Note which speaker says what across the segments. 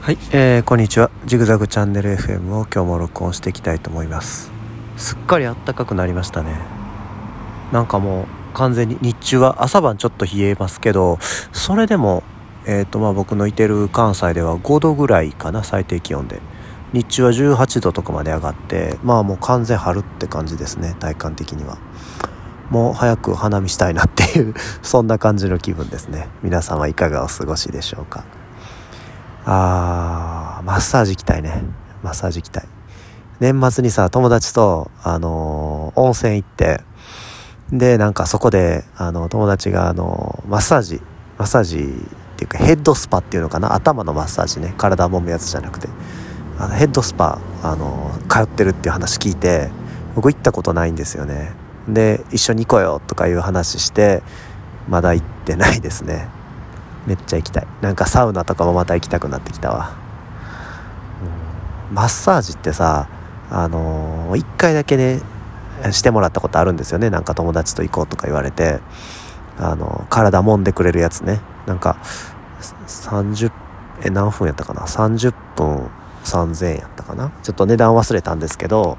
Speaker 1: はい、こんにちは。ジグザグチャンネル FM を今日も録音していきたいと思います。すっかり暖かくなりましたね。なんかもう完全に日中は朝晩ちょっと冷えますけど、それでも僕のいてる関西では5度ぐらいかな、最低気温で。日中は18度とかまで上がって、もう完全春って感じですね。体感的にはもう早く花見したいなっていうそんな感じの気分ですね。皆さんはいかがお過ごしでしょうか。マッサージ行きたいね。マッサージ行きたい。年末にさ、友達と温泉行って、でなんかそこで友達がマッサージっていうかヘッドスパっていうのかな、頭のマッサージね、体揉むやつじゃなくてヘッドスパ通ってるっていう話聞いて、僕行ったことないんですよね。で一緒に行こうよとかいう話して、まだ行ってないですね。めっちゃ行きたい。なんかサウナとかもまた行きたくなってきたわ。マッサージってさ、一回だけねしてもらったことあるんですよね。なんか友達と行こうとか言われて、体揉んでくれるやつね。なんか何分やったかな、30分3000円やったかな。ちょっと値段忘れたんですけど、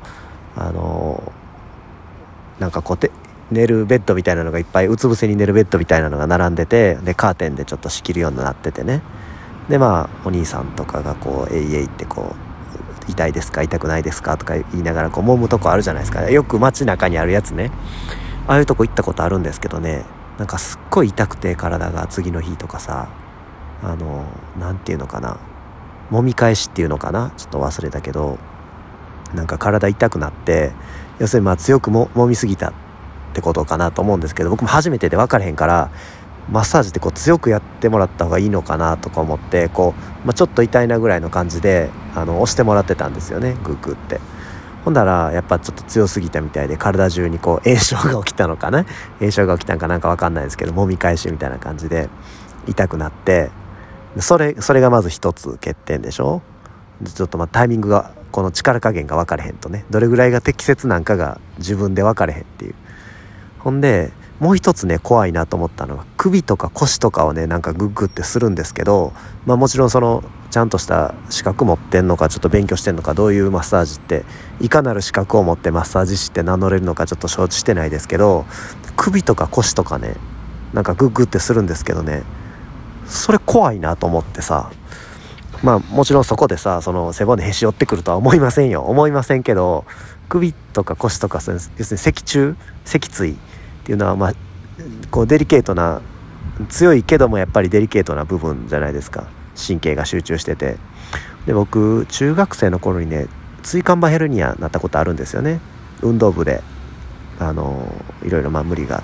Speaker 1: なんか寝るベッドみたいなのがいっぱい、うつ伏せに寝るベッドみたいなのが並んでて、でカーテンでちょっと仕切るようになっててね。でお兄さんとかがえいえいって痛いですか痛くないですかとか言いながら揉むとこあるじゃないですか。よく街中にあるやつね。ああいうとこ行ったことあるんですけどね、なんかすっごい痛くて、体が次の日とかさ、なんていうのかな、揉み返しっていうのかな、ちょっと忘れたけど、なんか体痛くなって、要するに強く揉みすぎたってことかなと思うんですけど、僕も初めてで分からへんから、マッサージって強くやってもらった方がいいのかなとか思って、ちょっと痛いなぐらいの感じで押してもらってたんですよね、グーグーって。ほんだらやっぱちょっと強すぎたみたいで、体中に炎症が起きたのかな、炎症が起きたんかなんか分かんないですけど、揉み返しみたいな感じで痛くなって、それがまず一つ欠点でしょ。ちょっとタイミングが、この力加減が分かれへんとね、どれぐらいが適切なんかが自分で分かれへんっていう。ほんでもう一つね、怖いなと思ったのが、首とか腰とかをねなんかグッグってするんですけど、もちろんちゃんとした資格持ってんのか、ちょっと勉強してんのか、どういうマッサージっていかなる資格を持ってマッサージ師って名乗れるのかちょっと承知してないですけど、首とか腰とかねなんかグッグってするんですけどね、それ怖いなと思ってさ、もちろんそこでさ背骨へし折ってくるとは思いませんけど、首とか腰とか、要するに脊椎っていうのはデリケートな、強いけどもやっぱりデリケートな部分じゃないですか。神経が集中してて。で僕中学生の頃にね椎間板ヘルニアになったことあるんですよね。運動部でいろいろ無理があって、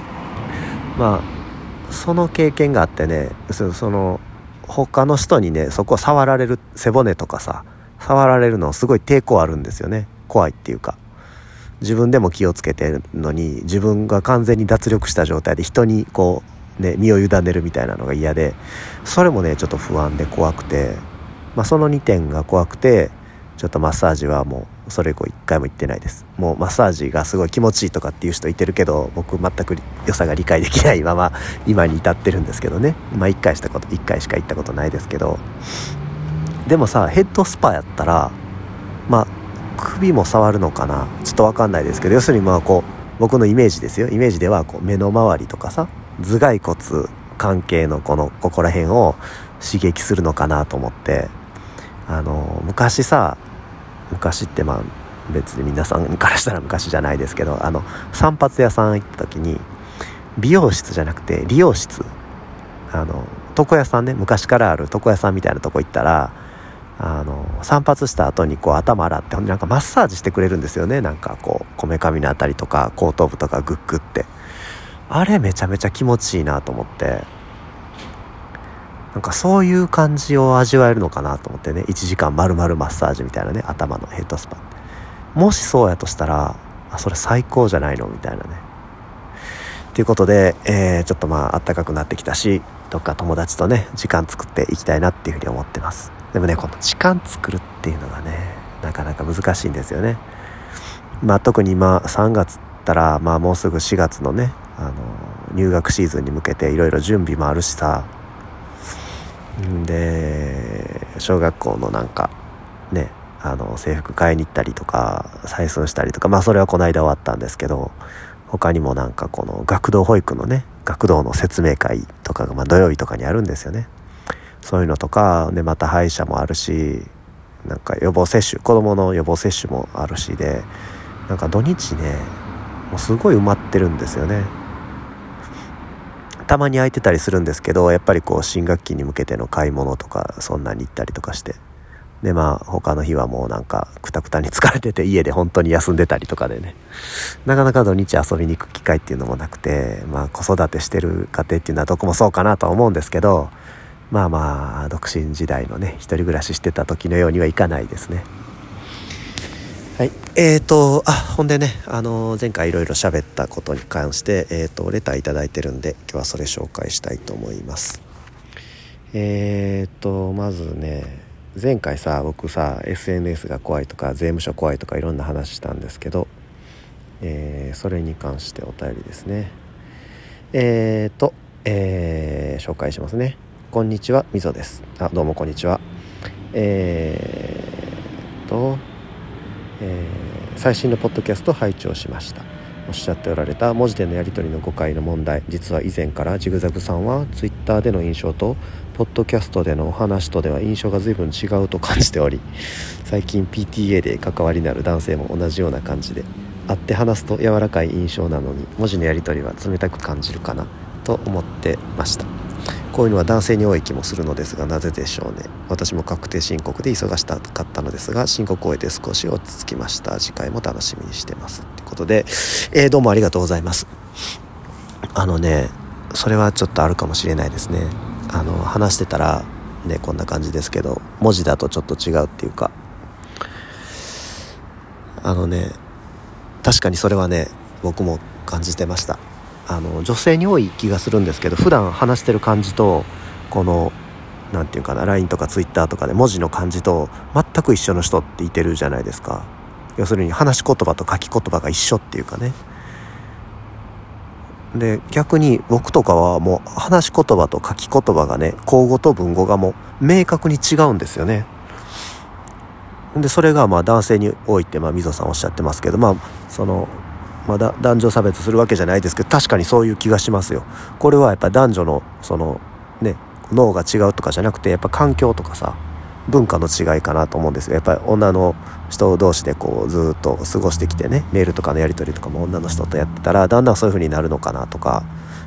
Speaker 1: その経験があってね、他の人にねそこを触られる、背骨とかさ触られるのすごい抵抗あるんですよね。怖いっていうか、自分でも気をつけてるのに、自分が完全に脱力した状態で人に身を委ねるみたいなのが嫌で、それもねちょっと不安で怖くて、その2点が怖くて、ちょっとマッサージはもうそれ以降1回も行ってないです。もうマッサージがすごい気持ちいいとかっていう人いてるけど、僕全く良さが理解できないまま今に至ってるんですけどね。1回しか行ったことないですけど、でもさ、ヘッドスパやったら首も触るのかな、ちょっと分かんないですけど、要するに僕のイメージですよ。イメージでは目の周りとかさ、頭蓋骨関係のここら辺を刺激するのかなと思って、昔って別に皆さんからしたら昔じゃないですけど、散髪屋さん行った時に、美容室じゃなくて理容室、床屋さんね、昔からある床屋さんみたいなとこ行ったら、散髪した後に頭洗って、なんかマッサージしてくれるんですよね。なんかこめかみのあたりとか後頭部とかグッグって、あれめちゃめちゃ気持ちいいなと思って、なんかそういう感じを味わえるのかなと思ってね、1時間丸々マッサージみたいなね、頭のヘッドスパ。もしそうやとしたらそれ最高じゃないのみたいなね。ということで、ちょっと暖かくなってきたし、どっか友達とね時間作っていきたいなっていうふうに思ってます。でもね、この時間作るっていうのがねなかなか難しいんですよね。特に今3月ったらもうすぐ4月のね入学シーズンに向けていろいろ準備もあるしさ、で小学校のなんかね制服買いに行ったりとか採寸したりとか、まあそれはこの間終わったんですけど、他にもなんかこの学童保育のね学童の説明会とかがまあ土曜日とかにあるんですよね。そういうのとかで、また歯医者もあるし、なんか予防接種、子供の予防接種もあるしで、なんか土日ねもうすごい埋まってるんですよね。たまに空いてたりするんですけど、やっぱりこう新学期に向けての買い物とかそんなに行ったりとかして、でまあ他の日はもうなんかクタクタに疲れてて家で本当に休んでたりとかでね、なかなか土日遊びに行く機会っていうのもなくて、まあ子育てしてる家庭っていうのはどこもそうかなとは思うんですけど、まあ独身時代のね一人暮らししてた時のようにはいかないですね。はい、ほんでね、前回いろいろ喋ったことに関して、レターいただいてるんで、今日はそれ紹介したいと思います。まずね、前回さ、僕さ SNS が怖いとか税務署怖いとかいろんな話したんですけど、それに関してお便りですね。紹介しますね。こんにちは、みぞです。どうもこんにちは。最新のポッドキャスト拝聴しました。おっしゃっておられた文字でのやり取りの誤解の問題、実は以前からジグザグさんはツイッターでの印象とポッドキャストでのお話とでは印象が随分違うと感じており、最近 PTA で関わりのある男性も同じような感じで、会って話すと柔らかい印象なのに文字のやり取りは冷たく感じるかなと思ってました。こういうのは男性に多い気もするのですが、なぜでしょうね。私も確定申告で忙しかったのですが、申告を終えて少し落ち着きました。次回も楽しみにしてますということで、どうもありがとうございます。それはちょっとあるかもしれないですね。話してたらねこんな感じですけど、文字だとちょっと違うっていうか、確かにそれはね僕も感じてました。女性に多い気がするんですけど、普段話してる感じとこのなんていうかな LINE とか Twitter とかで文字の感じと全く一緒の人っていてるじゃないですか。要するに話し言葉と書き言葉が一緒っていうかね。で逆に僕とかはもう話し言葉と書き言葉がね、口語と文語がもう明確に違うんですよね。でそれがまあ男性に多いってみぞさんおっしゃってますけど、まだ男女差別するわけじゃないですけど、確かにそういう気がしますよ。これはやっぱ男女の脳が違うとかじゃなくて、やっぱ環境とかさ文化の違いかなと思うんですよ。やっぱり女の人同士でこうずっと過ごしてきてね、メールとかのやり取りとかも女の人とやってたらだんだんそういう風になるのかなとか、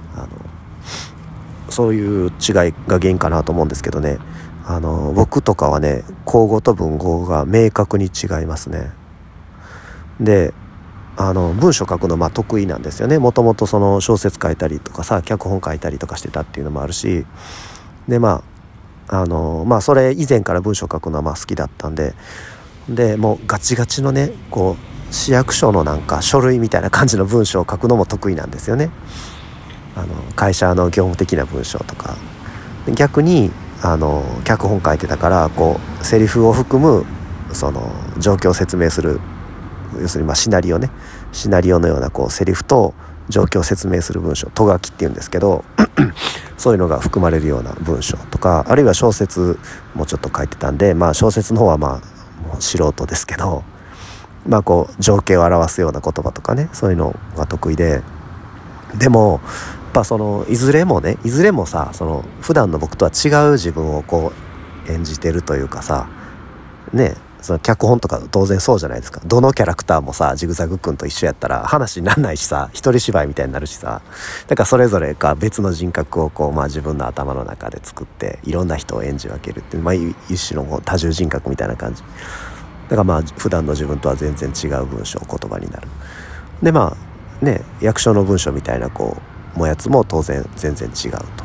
Speaker 1: そういう違いが原因かなと思うんですけどね。僕とかはね口語と文語が明確に違いますね。で文章書くの得意なんですよね。もともとその小説書いたりとかさ、脚本書いたりとかしてたっていうのもあるし、でそれ以前から文章書くのは好きだったんで、もうガチガチのねこう市役所のなんか書類みたいな感じの文章を書くのも得意なんですよね。会社の業務的な文章とか。逆に脚本書いてたからこうセリフを含むその状況を説明する、要するにシナリオのようなこうセリフと状況を説明する文章、と書きっていうんですけどそういうのが含まれるような文章とか、あるいは小説もちょっと書いてたんで、小説の方はもう素人ですけど、こう情景を表すような言葉とかね、そういうのが得意で、でもやっぱそのいずれもさ、その普段の僕とは違う自分をこう演じてるというかさね、その脚本とか当然そうじゃないですか。どのキャラクターもさジグザグ君と一緒やったら話にならないしさ、一人芝居みたいになるしさ、だからそれぞれが別の人格をこう自分の頭の中で作っていろんな人を演じ分けるっていう、一種の多重人格みたいな感じだから普段の自分とは全然違う文章言葉になる。で役所の文章みたいなこうもやつも当然全然違うと。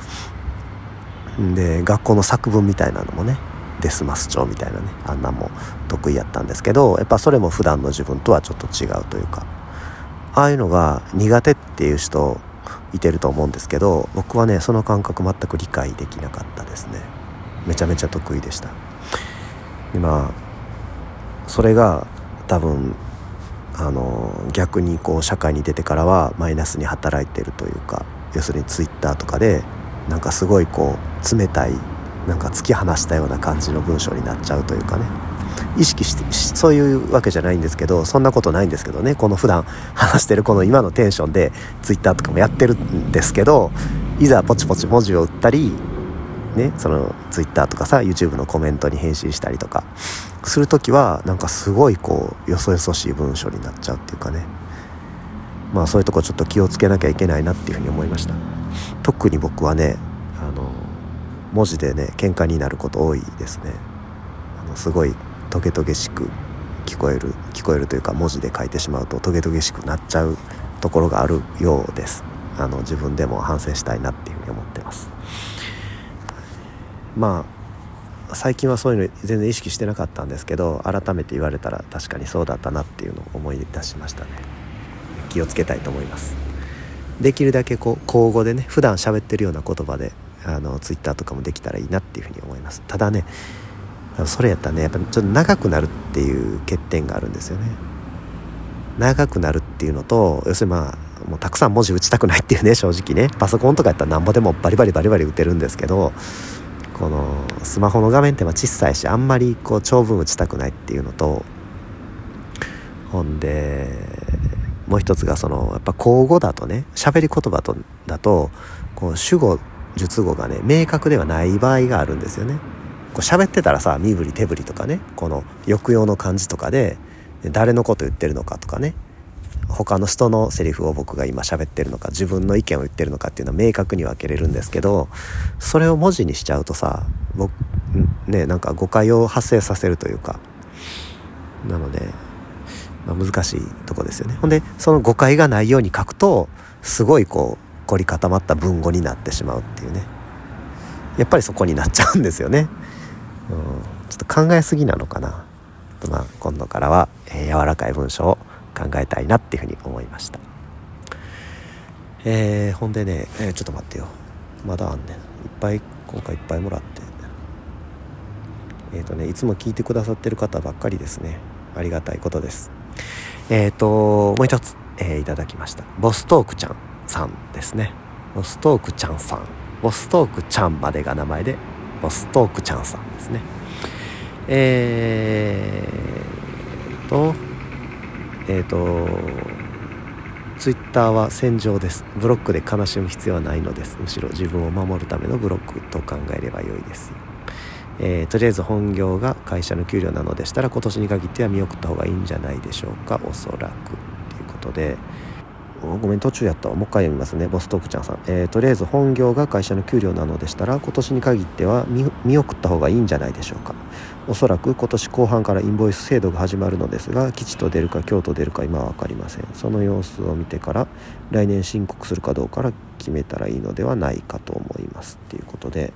Speaker 1: で学校の作文みたいなのもね、デスマス帳みたいなね、あんなも得意やったんですけど、やっぱそれも普段の自分とはちょっと違うというか、ああいうのが苦手っていう人いてると思うんですけど、僕はねその感覚全く理解できなかったですね。めちゃめちゃ得意でした。でそれが多分逆にこう社会に出てからはマイナスに働いてるというか、要するにツイッターとかでなんかすごいこう冷たいなんか突き放したような感じの文章になっちゃうというかね、意識してそういうわけじゃないんですけど、そんなことないんですけどね、この普段話してるこの今のテンションでツイッターとかもやってるんですけど、いざポチポチ文字を打ったりね、そのツイッターとかさ YouTube のコメントに返信したりとかするときはなんかすごいこうよそよそしい文章になっちゃうっていうかね、まあそういうとこちょっと気をつけなきゃいけないなっていうふうに思いました。特に僕はね文字でね喧嘩になること多いですね。すごいトゲトゲしく聞こえるというか、文字で書いてしまうとトゲトゲしくなっちゃうところがあるようです。自分でも反省したいなっていうふうに思ってます。まあ最近はそういうの全然意識してなかったんですけど、改めて言われたら確かにそうだったなっていうのを思い出しましたね。気をつけたいと思います。できるだけこう口語でね、普段喋ってるような言葉でツイッターとかもできたらいいなっていうふうに思います。ただね、それやったらねやっぱちょっと長くなるっていう欠点があるんですよね。長くなるっていうのと、要するにもうたくさん文字打ちたくないっていうね、正直ね、パソコンとかやったらなんぼでもバリバリ打てるんですけど、このスマホの画面って小さいし、あんまりこう長文打ちたくないっていうのと、ほんでもう一つがやっぱ口語だとね、喋り言葉だとこう主語述語がね明確ではない場合があるんですよね。こう喋ってたらさ、身振り手振りとかね、この抑揚の感じとかで誰のこと言ってるのかとかね、他の人のセリフを僕が今喋ってるのか、自分の意見を言ってるのかっていうのは明確に分けれるんですけど、それを文字にしちゃうとさ、なんか誤解を発生させるというか、なので、難しいとこですよね。ほんでその誤解がないように書くと、すごいこう凝り固まった文語になってしまうっていうね、やっぱりそこになっちゃうんですよね。ちょっと考えすぎなのかな。今度からは、柔らかい文章を考えたいなっていうふうに思いました。ほんでね、ちょっと待ってよ、まだあんねん、今回いっぱいもらって、いつも聞いてくださってる方ばっかりですね。ありがたいことです。もう一つ、いただきました。ボストークちゃんさんですね。ボストークちゃんさん、ボストークちゃんまでが名前でボストークちゃんさんですね。ツイッターは戦場です。ブロックで悲しむ必要はないのです。むしろ自分を守るためのブロックと考えればよいです。とりあえず本業が会社の給料なのでしたら、今年に限っては見送った方がいいんじゃないでしょうか、おそらくということで。ごめん、途中やったわ。もう一回読みますね。ボストークちゃんさん、とりあえず本業が会社の給料なのでしたら、今年に限っては見送った方がいいんじゃないでしょうか。おそらく今年後半からインボイス制度が始まるのですが、吉と出るか京と出るか今は分かりません。その様子を見てから来年申告するかどうかから決めたらいいのではないかと思いますっていうことで、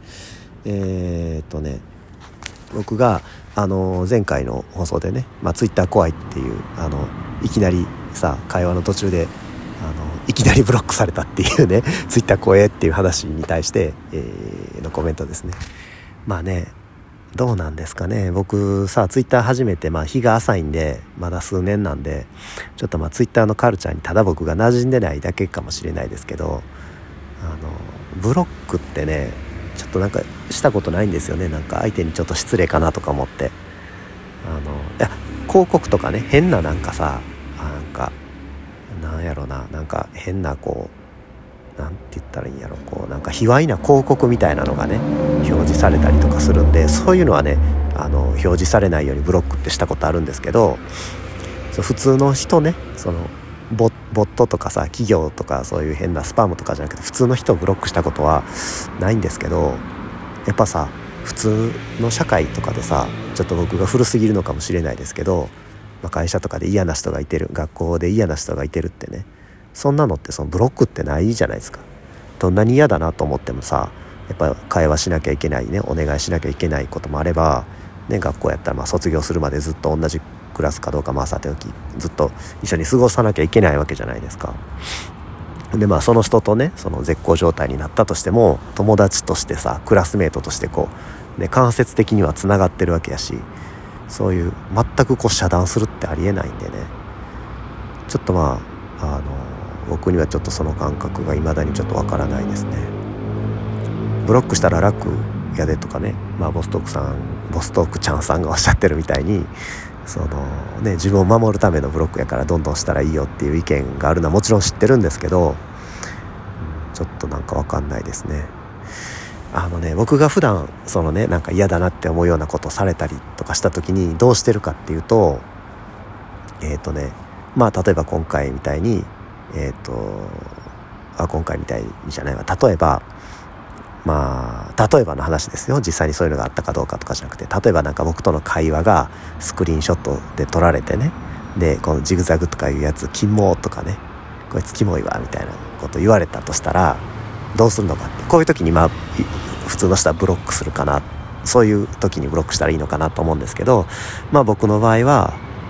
Speaker 1: 僕が前回の放送でね、ツイッター怖いっていういきなりさ、会話の途中でいきなりブロックされたっていうねツイッター怖えっていう話に対して、のコメントですね。どうなんですかね。僕さ、ツイッター始めて日が浅いんで、まだ数年なんで、ちょっとツイッターのカルチャーにただ僕が馴染んでないだけかもしれないですけど、ブロックってね、ちょっとなんかしたことないんですよね。なんか相手にちょっと失礼かなとか思って、いや広告とかね、変ななんかさ、なんやろな、なんか変ななんて言ったらいいんやろ、なんか卑猥な広告みたいなのがね表示されたりとかするんで、そういうのはね表示されないようにブロックってしたことあるんですけど、普通の人ね、ボットとかさ、企業とかそういう変なスパムとかじゃなくて普通の人をブロックしたことはないんですけど、やっぱさ、普通の社会とかでさ、ちょっと僕が古すぎるのかもしれないですけど、会社とかで嫌な人がいてる、学校で嫌な人がいてるってね、そんなのってブロックってないじゃないですか。どんなに嫌だなと思ってもさ、やっぱ会話しなきゃいけないね、お願いしなきゃいけないこともあればね、学校やったら卒業するまでずっと同じクラスかどうかさておき、ずっと一緒に過ごさなきゃいけないわけじゃないですか。でその人とね、その絶好状態になったとしても、友達としてさ、クラスメートとして間接的にはつながってるわけやし、そういう全く遮断するってありえないんでね、ちょっと僕にはちょっとその感覚が未だにちょっとわからないですね。ブロックしたら楽やでとかね、ボストークちゃんさんがおっしゃってるみたいに自分を守るためのブロックやからどんどんしたらいいよっていう意見があるのはもちろん知ってるんですけど、ちょっとなんか分かんないですね。僕が普段なんか嫌だなって思うようなことをされたりとかした時にどうしてるかっていうと、例えば今回みたいに今回みたいにじゃないわ、例えばの話ですよ。実際にそういうのがあったかどうかとかじゃなくて、例えばなんか僕との会話がスクリーンショットで撮られてね、でこのジグザグとかいうやつキモとかね、こいつキモいわみたいなこと言われたとしたらどうするのかって、こういう時に普通の人はブロックするかな、そういう時にブロックしたらいいのかなと思うんですけど、僕の場合は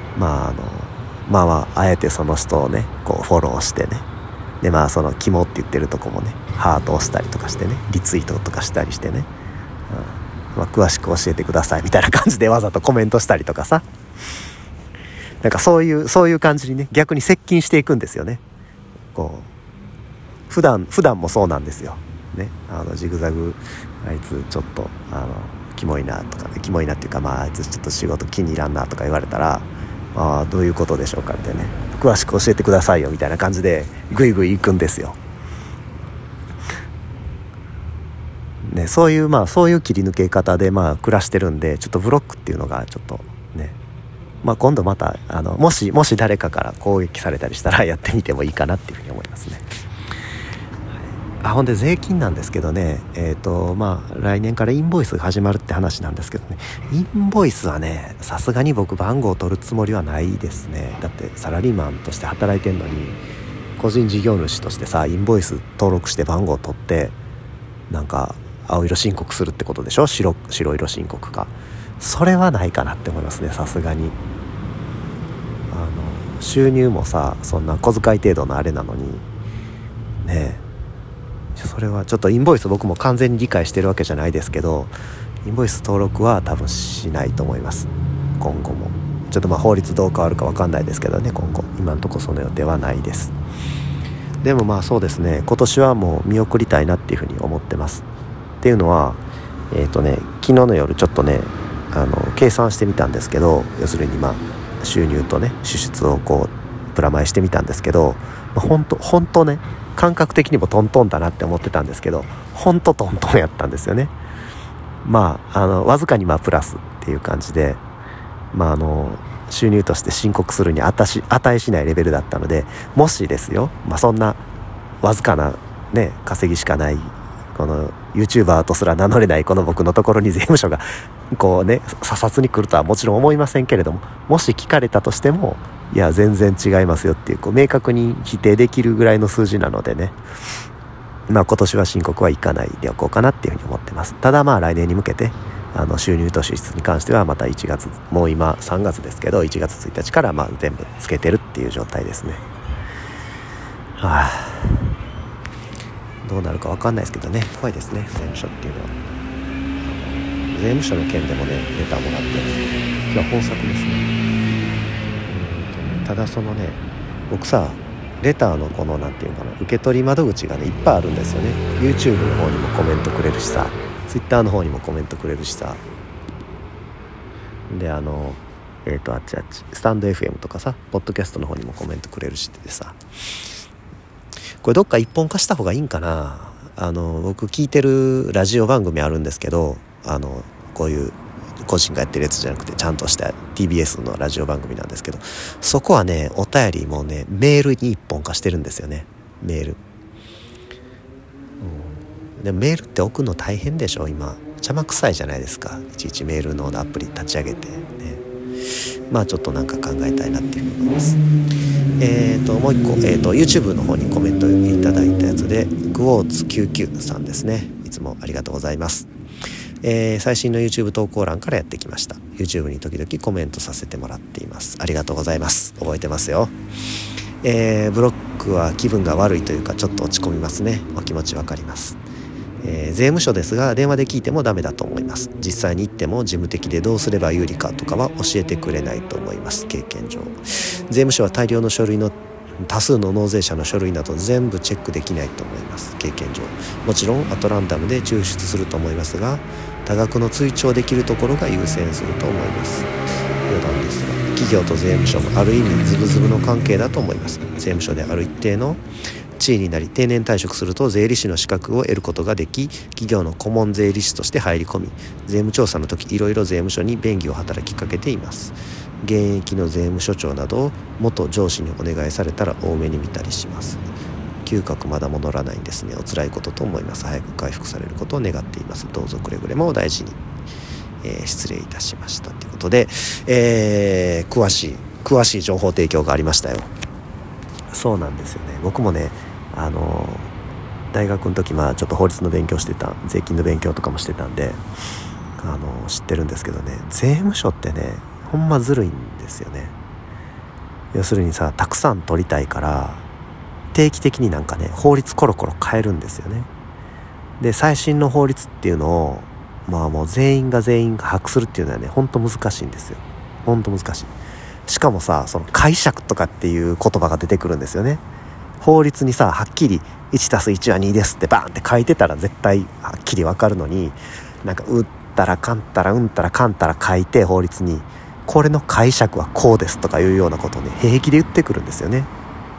Speaker 1: あえてその人をねこうフォローしてね、でそのキモって言ってるとこもねハートをしたりとかしてね、リツイートとかしたりしてね、詳しく教えてくださいみたいな感じでわざとコメントしたりとかさ、なんかそういう感じにね逆に接近していくんですよね。こう普段もそうなんですよね。ジグザグあいつちょっとキモいなとかね、キモいなっていうかあいつちょっと仕事気に入らんなとか言われたら、どういうことでしょうかってね、詳しく教えてくださいよみたいな感じでグイグイ行くんですよ、ね、そういう切り抜け方で暮らしてるんで、ちょっとブロックっていうのがちょっとね、今度またもし誰かから攻撃されたりしたらやってみてもいいかなっていうふうに思いますね。ほんで税金なんですけどね、来年からインボイスが始まるって話なんですけどね、インボイスはねさすがに僕番号を取るつもりはないですね。だってサラリーマンとして働いてんのに個人事業主としてさ、インボイス登録して番号を取ってなんか青色申告するってことでしょ。白色申告か、それはないかなって思いますね。さすがに収入もさそんな小遣い程度のあれなのにね、それはちょっとインボイス僕も完全に理解してるわけじゃないですけど、インボイス登録は多分しないと思います。今後もちょっと法律どう変わるか分かんないですけどね、今後今のところその予定はないです。でもそうですね、今年はもう見送りたいなっていうふうに思ってます。っていうのは昨日の夜ちょっとね計算してみたんですけど、要するに収入とね支出をこうプラマイしてみたんですけど、本当ね感覚的にもトントンだなって思ってたんですけど、本当トントンやったんですよね。わずかにプラスっていう感じで、収入として申告するに値しないレベルだったので、もしですよ、そんなわずかなね稼ぎしかないこの YouTuber とすら名乗れないこの僕のところに税務署がこうね査察に来るとはもちろん思いませんけれども、もし聞かれたとしてもいや全然違いますよっていう、明確に否定できるぐらいの数字なのでね、今年は申告はいかないでおこうかなっていうふうに思ってます。ただ来年に向けて収入と支出に関してはまた1月、もう今3月ですけど1月1日から全部つけてるっていう状態ですね。どうなるか分かんないですけどね、怖いですね税務署っていうのは。税務署の件でもねレターもらってるんですけど、今日は豊作ですね。ただ僕さレターのこのなんていうかな、受け取り窓口がねいっぱいあるんですよね。 YouTube の方にもコメントくれるしさ、 Twitter の方にもコメントくれるしさ、であっちスタンド FM とかさポッドキャストの方にもコメントくれるしってさ、これどっか一本化した方がいいんかな。僕聞いてるラジオ番組あるんですけど、こういう個人がやってるやつじゃなくてちゃんとした TBS のラジオ番組なんですけど、そこはねお便りもねメールに一本化してるんですよね。メール、でメールって送るの大変でしょ今、邪魔くさいじゃないですか、いちいちメールのアプリ立ち上げてね。ちょっとなんか考えたいなっていうふうに思います。もう一個、YouTube の方にコメントいただいたやつでグォーツ99さんですね、いつもありがとうございます。最新の YouTube 投稿欄からやってきました。 YouTube に時々コメントさせてもらっています。ありがとうございます。覚えてますよ。ブロックは気分が悪いというかちょっと落ち込みますね。お気持ちわかります。税務署ですが電話で聞いてもダメだと思います。実際に行っても事務的でどうすれば有利かとかは教えてくれないと思います。経験上税務署は大量の書類の多数の納税者の書類など全部チェックできないと思います。経験上もちろんアトランダムで抽出すると思いますが、 多額の追徴できるところが優先すると思います。余談ですが、企業と税務署もある意味ズブズブの関係だと思います。税務署である一定の地位になり定年退職すると税理士の資格を得ることができ、企業の顧問税理士として入り込み、税務調査の時いろいろ税務署に便宜を働きかけています。現役の税務署長などを元上司にお願いされたら多めに見たりします。嗅覚まだ戻らないんですね。お辛いことと思います。早く回復されることを願っています。どうぞくれぐれもお大事に、失礼いたしましたということで、詳しい情報提供がありましたよ。そうなんですよね。僕もね大学の時ちょっと法律の勉強してた、税金の勉強とかもしてたんで知ってるんですけどね、税務署ってねほんまずるいんですよね。要するにさ、たくさん取りたいから定期的に法律コロコロ変えるんですよね。で最新の法律っていうのをもう全員が把握するっていうのはね、ほんと難しいんですよ。ほんと難しい。しかもさ、その解釈とかっていう言葉が出てくるんですよね。法律にさ、はっきり 1+1 は2ですってバーンって書いてたら絶対はっきりわかるのに、うったらかんたらうんたらかんたら書いて、法律にこれの解釈はこうですとかいうようなことをね、平気で言ってくるんですよね。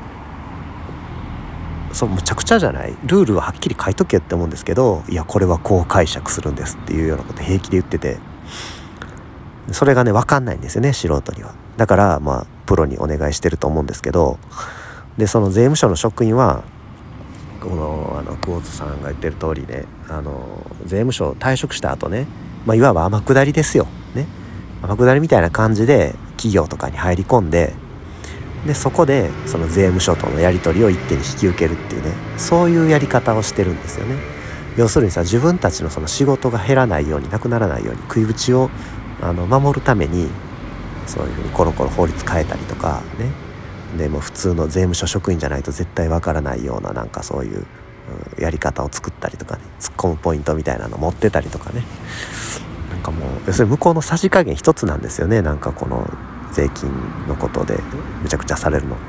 Speaker 1: そう、むちゃくちゃじゃない？ルールははっきり書いとけって思うんですけど、いやこれはこう解釈するんですっていうようなこと平気で言ってて、それがね分かんないんですよね、素人には。だからプロにお願いしてると思うんですけど、でその税務署の職員はこの久保津さんが言ってる通りね、税務署退職した後ね、いわば天下りですよね。天下りみたいな感じで企業とかに入り込んで、でそこでその税務署とのやり取りを一手に引き受けるっていうね、そういうやり方をしてるんですよね。要するにさ、自分たちのその仕事が減らないように、なくならないように、食いぶちを守るためにそういうふうにコロコロ法律変えたりとかね。でも普通の税務署職員じゃないと絶対わからないようなそういう、やり方を作ったりとかね、突っ込むポイントみたいなの持ってたりとかね、もう要するに向こうのさじ加減一つなんですよね。この税金のことでめちゃくちゃされるのって、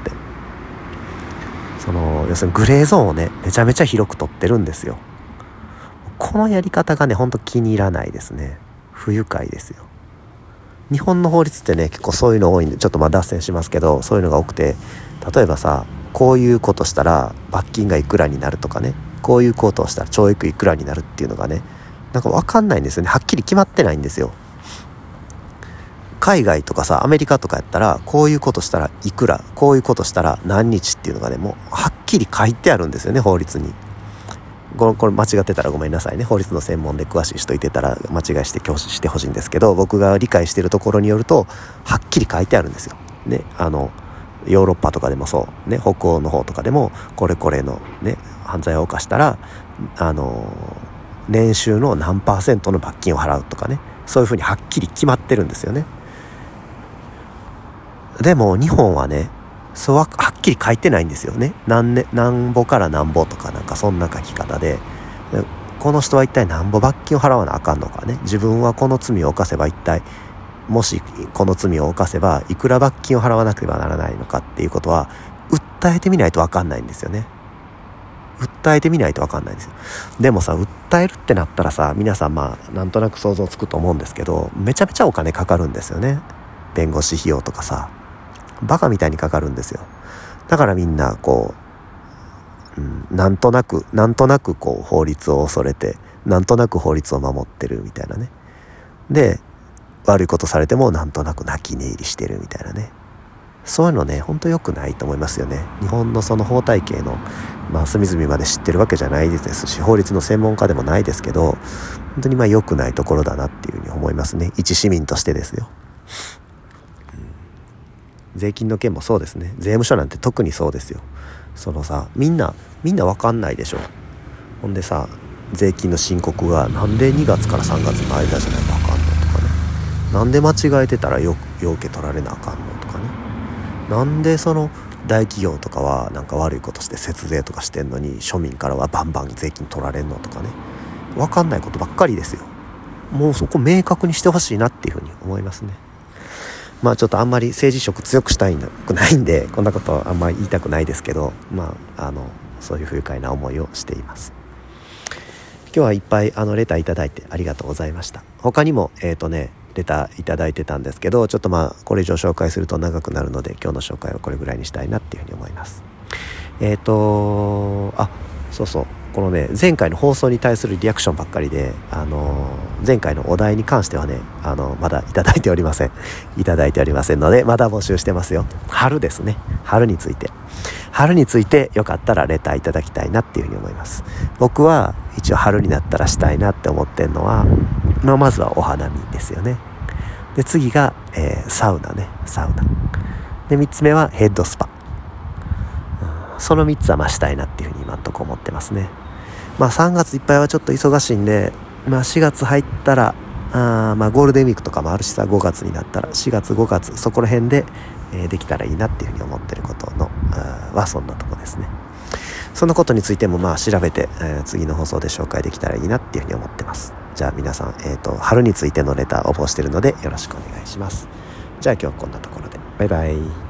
Speaker 1: 要するにグレーゾーンをねめちゃめちゃ広く取ってるんですよ。このやり方がねほんと気に入らないですね。不愉快ですよ。日本の法律ってね結構そういうの多いんで、ちょっと脱線しますけど、そういうのが多くて、例えばさ、こういうことしたら罰金がいくらになるとかね、こういうことをしたら懲役いくらになるっていうのがね分かんないんですよね。はっきり決まってないんですよ。海外とかさ、アメリカとかやったらこういうことしたらいくら、こういうことしたら何日っていうのがねもうはっきり書いてあるんですよね、法律に。これ間違ってたらごめんなさいね。法律の専門で詳しい人いてたら間違いして教師してほしいんですけど、僕が理解しているところによるとはっきり書いてあるんですよね。ヨーロッパとかでもそうね、北欧の方とかでもこれのね犯罪を犯したら年収の何%の罰金を払うとかね、そういうふうにはっきり決まってるんですよね。でも日本はねそうはっきり書いてないんですよね。何ぼから何ぼとかそんな書き方で、この人は一体何ぼ罰金を払わなあかんのかね、自分はこの罪を犯せば一体もしこの罪を犯せばいくら罰金を払わなければならないのかっていうことは訴えてみないと分かんないんですよね。訴えてみないと分かんないんですよ。でもさ、訴えるってなったらさ、皆さんなんとなく想像つくと思うんですけど、めちゃめちゃお金かかるんですよね。弁護士費用とかさ、バカみたいにかかるんですよ。だからみんななんとなく法律を恐れて、なんとなく法律を守ってるみたいなね。で悪いことされてもなんとなく泣き寝入りしてるみたいなね。そういうのね、ほんと良くないと思いますよね。日本のその法体系の隅々まで知ってるわけじゃないですし、法律の専門家でもないですけど、本当に良くないところだなっていうふうに思いますね。一市民としてですよ。税金の件もそうですね。税務署なんて特にそうですよ。みんな分かんないでしょ。ほんでさ、税金の申告がなんで2月から3月の間じゃないとあかんのとかね、なんで間違えてたらよ受け取られなあかんのとかね、なんでその大企業とかは悪いことして節税とかしてんのに庶民からはバンバン税金取られんのとかね、分かんないことばっかりですよ。もうそこ明確にしてほしいなっていうふうに思いますね。ちょっとあんまり政治色強くしたいくないんで、こんなことはあんまり言いたくないですけど、そういう不愉快な思いをしています。 日はいっぱいレターいただいてありがとうございました。他にもレターいただいてたんですけど、ちょっとこれ以上紹介すると長くなるので、今日の紹介はこれぐらいにしたいなっていうふうに思います。そうそう、このね、前回の放送に対するリアクションばっかりで、前回のお題に関してはね、まだいただいておりませんので、まだ募集してますよ。春ですね。春についてよかったらレターいただきたいなっていうふうに思います。僕は一応春になったらしたいなって思ってるのは、まずはお花見ですよね。で、次が、サウナで、3つ目はヘッドスパ。その3つはしたいなっていうふうに今のところ思ってますね。3月いっぱいはちょっと忙しいんで、4月入ったらゴールデンウィークとかもあるしさ、5月になったら4月5月そこら辺で、できたらいいなっていうふうに思ってることのはそんなとこですね。そのことについても調べて、次の放送で紹介できたらいいなっていうふうに思ってます。じゃあ皆さん、春についてのレター応募してるのでよろしくお願いします。じゃあ今日こんなところでバイバイ。